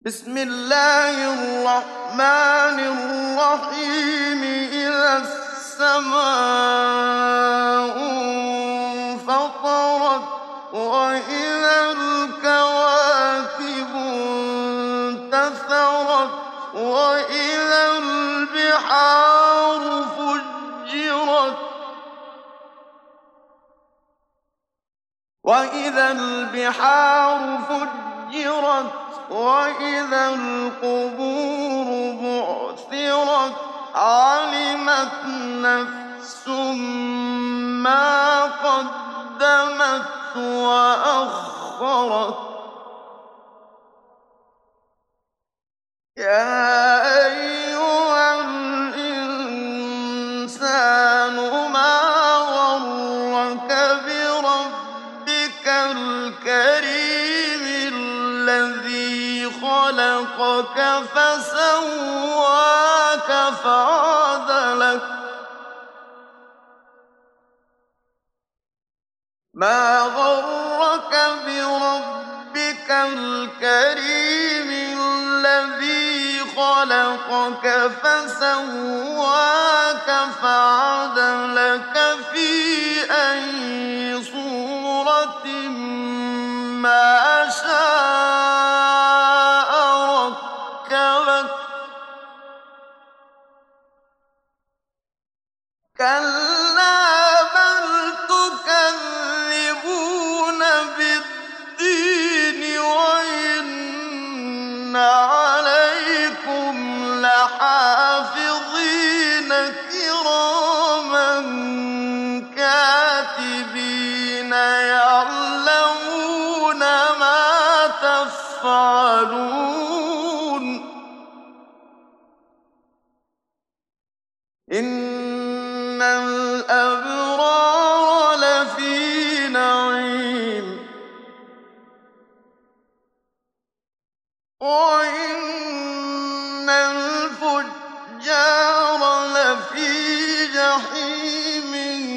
بسم الله الرحمن الرحيم. إذا السماء انفطرت وإذا الكواكب انتثرت وإذا البحار فجرت وإذا القبور بعثرت علمت نفس ما قدمت وأخرت يا أيها الإنسان ما غرك بربك الكريم الذي خلقك فسواك فعدلك ما غرك بربك الكريم الذي خلقك فسواك فعدلك في أي صورة ما شاء ركبك كلا بل تكذبون بالدين وإن عليكم لحافظين كراما كاتبين يعلمون ما تفعلون إن الأبرار لفي نعيم وإن الفجار لفي جحيم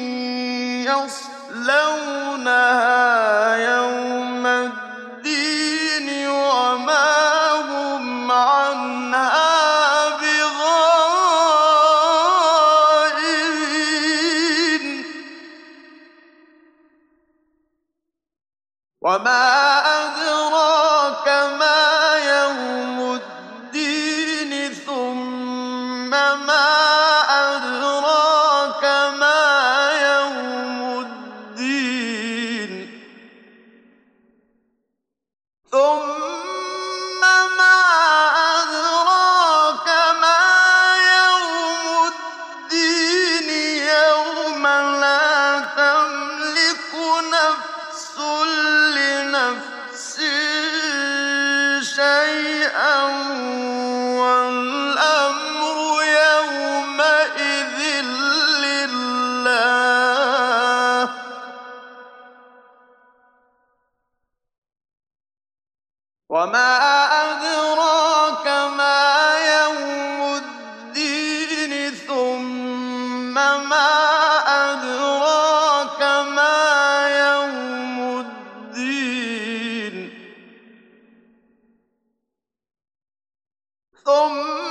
يصلونها يوم الدين وما هم عنها بغائبين وما أدراك ما يوم الدين ثم ما أدراك ما يوم الدين ثم ما أدراك ما يوم الدين يوم لا تملك نفس لنفس شيئا والأمر يومئذ لله وما أدراك ما يوم الدين ثم ما أدراك ما يوم الدين ثم